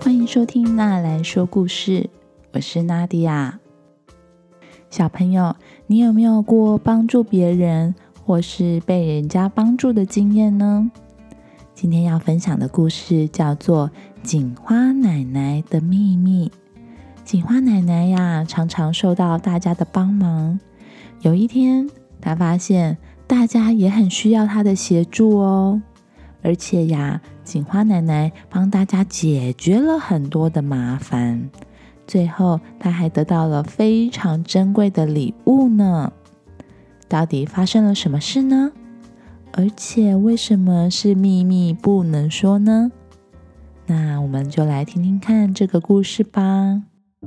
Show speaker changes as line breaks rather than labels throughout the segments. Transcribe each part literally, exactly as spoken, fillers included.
欢迎收听娜来说故事，我是娜迪亚。小朋友，你有没有过帮助别人或是被人家帮助的经验呢？今天要分享的故事叫做《锦花奶奶的秘密》。锦花奶奶呀，常常受到大家的帮忙。有一天，她发现大家也很需要她的协助哦。而且呀，锦花奶奶帮大家解决了很多的麻烦，最后她还得到了非常珍贵的礼物呢。到底发生了什么事呢？而且为什么是秘密不能说呢？那我们就来听听看这个故事吧。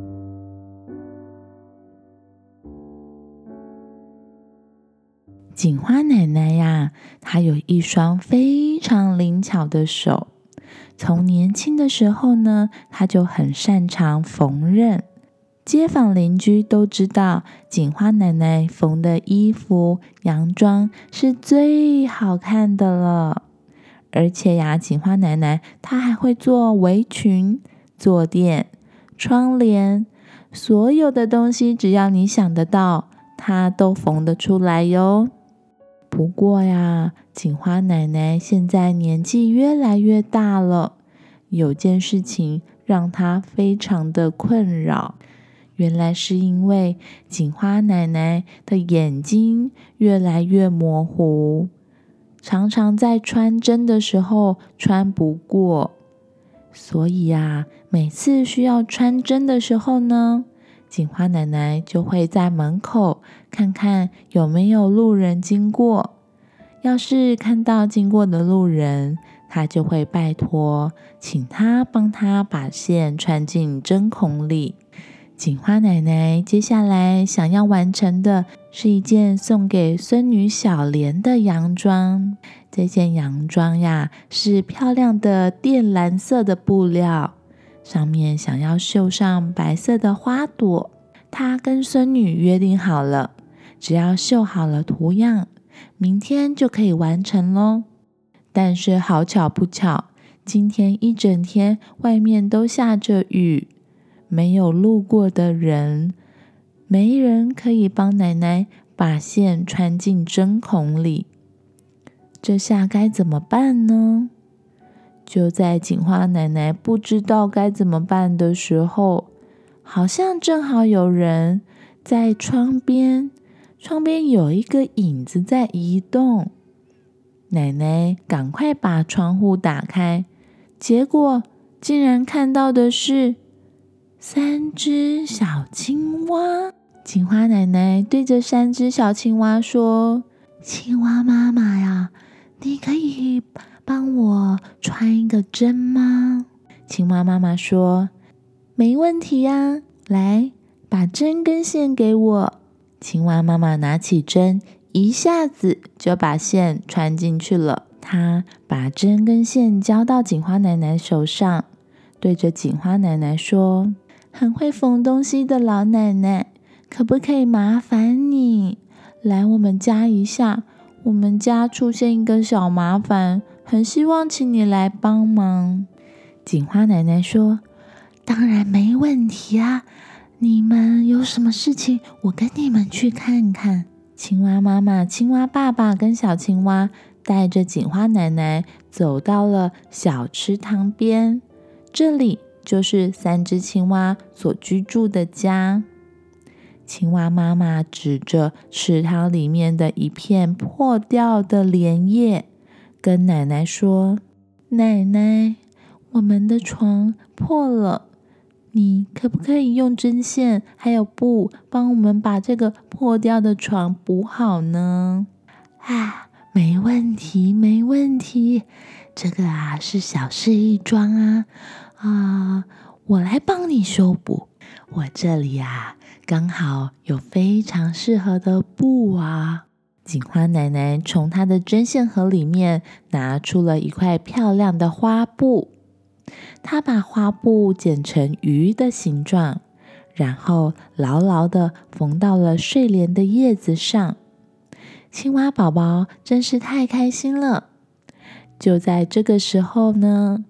锦花奶奶呀，她有一双非常灵巧的手。从年轻的时候呢，她就很擅长缝纫。街坊邻居都知道，锦花奶奶缝的衣服、洋装是最好看的了。而且呀，锦花奶奶她还会做围裙、坐垫、窗帘，所有的东西只要你想得到，她都缝得出来哟。不过呀，锦花奶奶现在年纪越来越大了，有件事情让她非常的困扰。原来是因为锦花奶奶的眼睛越来越模糊，常常在穿针的时候穿不过。所以啊，每次需要穿针的时候呢，锦花奶奶就会在门口看看有没有路人经过。要是看到经过的路人，她就会拜托，请他帮她把线穿进针孔里。锦花奶奶接下来想要完成的是一件送给孙女小莲的洋装。这件洋装呀，是漂亮的靛蓝色的布料，上面想要绣上白色的花朵。她跟孙女约定好了，只要绣好了图样，明天就可以完成咯。但是好巧不巧，今天一整天外面都下着雨，没有路过的人，没人可以帮奶奶把线穿进针孔里。这下该怎么办呢？就在锦花奶奶不知道该怎么办的时候，好像正好有人在窗边，窗边有一个影子在移动。奶奶赶快把窗户打开，结果竟然看到的是三只小青蛙。锦花奶奶对着三只小青蛙说：青蛙妈妈呀，你可以帮我穿一个针吗？青蛙妈妈说：没问题呀，来，把针跟线给我。青蛙妈妈拿起针，一下子就把线穿进去了。她把针跟线交到锦花奶奶手上，对着锦花奶奶说：很会缝东西的老奶奶，可不可以麻烦你来我们家一下？我们家出现一个小麻烦，很希望请你来帮忙。锦花奶奶说：当然没问题啊，你们有什么事情，我跟你们去看看。青蛙妈妈、青蛙爸爸跟小青蛙带着锦花奶奶走到了小池塘边，这里就是三只青蛙所居住的家。青蛙妈妈指着池塘里面的一片破掉的莲叶，跟奶奶说：奶奶，我们的床破了，你可不可以用针线还有布帮我们把这个破掉的床补好呢？啊，没问题，没问题，这个啊是小事一桩啊，啊，我来帮你修补。我这里啊，刚好有非常适合的布啊。锦花奶奶从她的针线盒里面拿出了一块漂亮的花布，她把花布剪成鱼的形状，然后牢牢地缝到了睡莲的叶子上。青蛙宝宝真是太开心了。就在这个时候呢，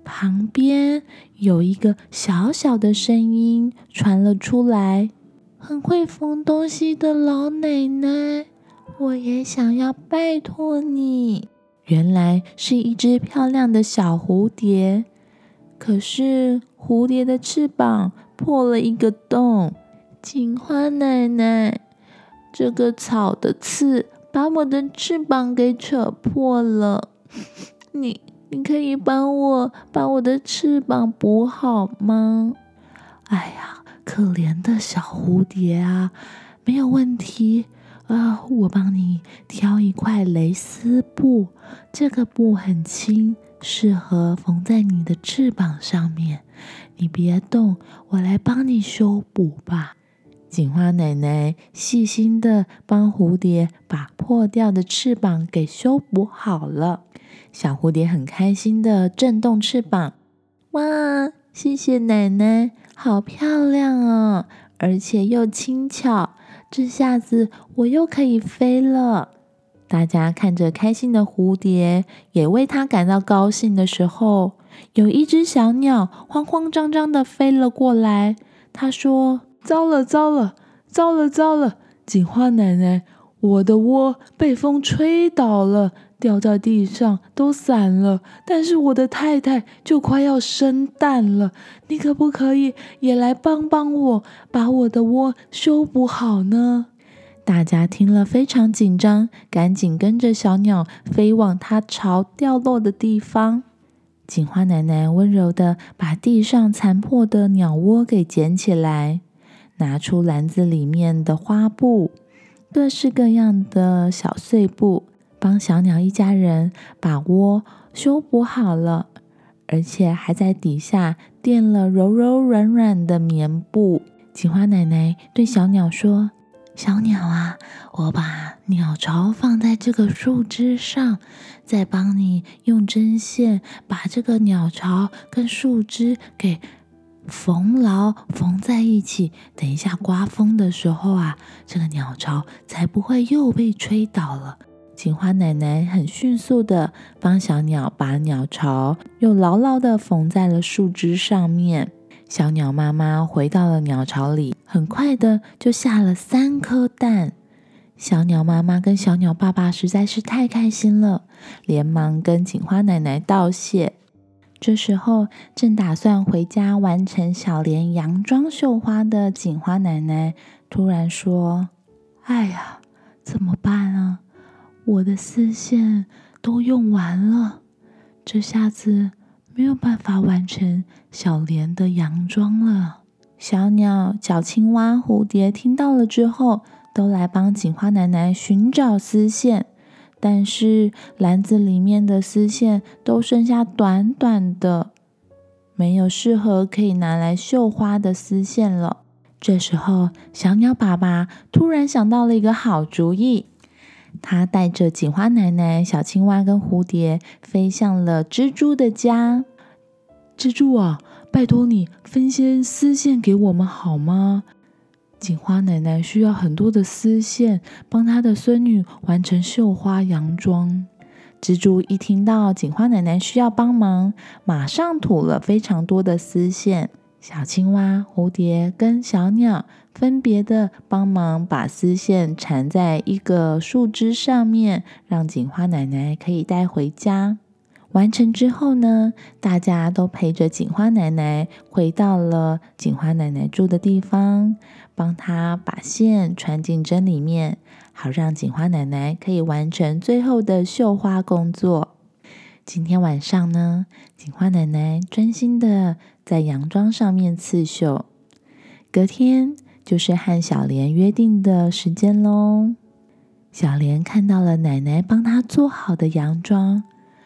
旁边有一个小小的声音传了出来：很会缝东西的老奶奶，我也想要拜托你。原来是一只漂亮的小蝴蝶，可是蝴蝶的翅膀破了一个洞。锦花奶奶，这个草的刺把我的翅膀给扯破了，你你可以帮我把我的翅膀补好吗？哎呀，可怜的小蝴蝶啊，没有问题啊，我帮你挑一块蕾丝布，这个布很轻，适合缝在你的翅膀上面。你别动，我来帮你修补吧。锦花奶奶细心的帮蝴蝶把破掉的翅膀给修补好了。小蝴蝶很开心的震动翅膀，哇，谢谢奶奶，好漂亮哦，而且又轻巧，这下子我又可以飞了。大家看着开心的蝴蝶，也为它感到高兴的时候，有一只小鸟慌慌张张的飞了过来。它说：糟了糟了糟了糟了，锦花奶奶，我的窝被风吹倒了，掉在地上都散了，但是我的太太就快要生蛋了，你可不可以也来帮帮我，把我的窝修补好呢？大家听了非常紧张，赶紧跟着小鸟飞往它巢掉落的地方。锦花奶奶温柔地把地上残破的鸟窝给捡起来，拿出篮子里面的花布，各式各样的小碎布，帮小鸟一家人把窝修补好了，而且还在底下垫了柔柔软软的棉布。锦花奶奶对小鸟说：小鸟啊，我把鸟巢放在这个树枝上，再帮你用针线把这个鸟巢跟树枝给缝牢，缝在一起。等一下刮风的时候啊，这个鸟巢才不会又被吹倒了。锦花奶奶很迅速的帮小鸟把鸟巢又牢牢的缝在了树枝上面。小鸟妈妈回到了鸟巢里，很快的就下了三颗蛋。小鸟妈妈跟小鸟爸爸实在是太开心了，连忙跟锦花奶奶道谢。这时候正打算回家完成小莲洋装绣花的锦花奶奶突然说：哎呀，怎么办啊？我的丝线都用完了，这下子没有办法完成小莲的洋装了。小鸟、小青蛙、蝴蝶听到了之后，都来帮锦花奶奶寻找丝线，但是篮子里面的丝线都剩下短短的，没有适合可以拿来绣花的丝线了。这时候，小鸟爸爸突然想到了一个好主意，他带着锦花奶奶、小青蛙跟蝴蝶飞向了蜘蛛的家。蜘蛛啊，拜托你分些丝线给我们好吗？锦花奶奶需要很多的丝线，帮她的孙女完成绣花洋装。蜘蛛一听到锦花奶奶需要帮忙，马上吐了非常多的丝线。小青蛙、蝴蝶跟小鸟分别的帮忙把丝线缠在一个树枝上面，让锦花奶奶可以带回家。完成之后呢，大家都陪着锦花奶奶回到了锦花奶奶住的地方，帮她把线穿进针里面，好让锦花奶奶可以完成最后的绣花工作。今天晚上呢，锦花奶奶专心的在洋装上面刺绣，隔天就是和小莲约定的时间咯。小莲看到了奶奶帮她做好的洋装，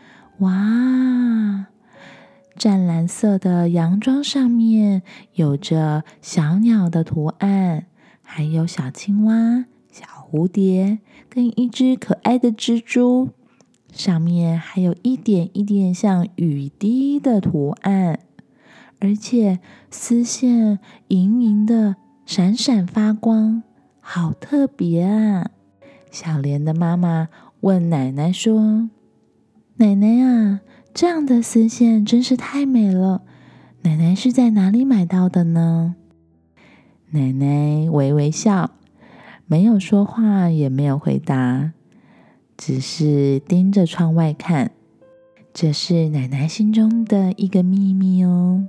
哇，湛蓝色的洋装上面有着小鸟的图案，还有小青蛙、小蝴蝶跟一只可爱的蜘蛛，上面还有一点一点像雨滴的图案，而且丝线莹莹的闪闪发光，好特别啊！小莲的妈妈问奶奶说：奶奶啊， 这样的丝线真是太美了，奶奶是在哪里买到的呢？奶奶微微笑，没有说话，也没有回答，只是盯着窗外看。这是奶奶心中的一个秘密哦。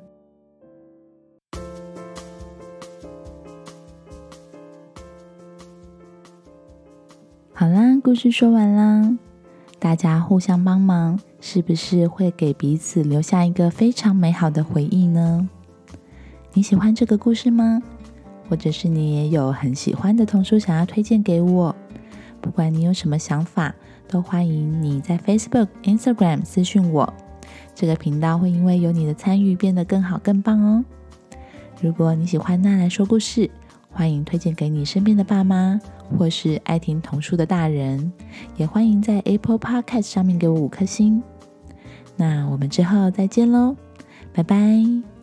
好啦，故事说完啦。大家互相帮忙，是不是会给彼此留下一个非常美好的回忆呢？你喜欢这个故事吗？或者是你也有很喜欢的童书想要推荐给我？不管你有什么想法，都欢迎你在 Facebook、Instagram 私讯我。这个频道会因为有你的参与变得更好更棒哦。如果你喜欢娜来说故事，欢迎推荐给你身边的爸妈，或是爱听童书的大人，也欢迎在 Apple Podcast 上面给我五颗星。那我们之后再见咯，拜拜。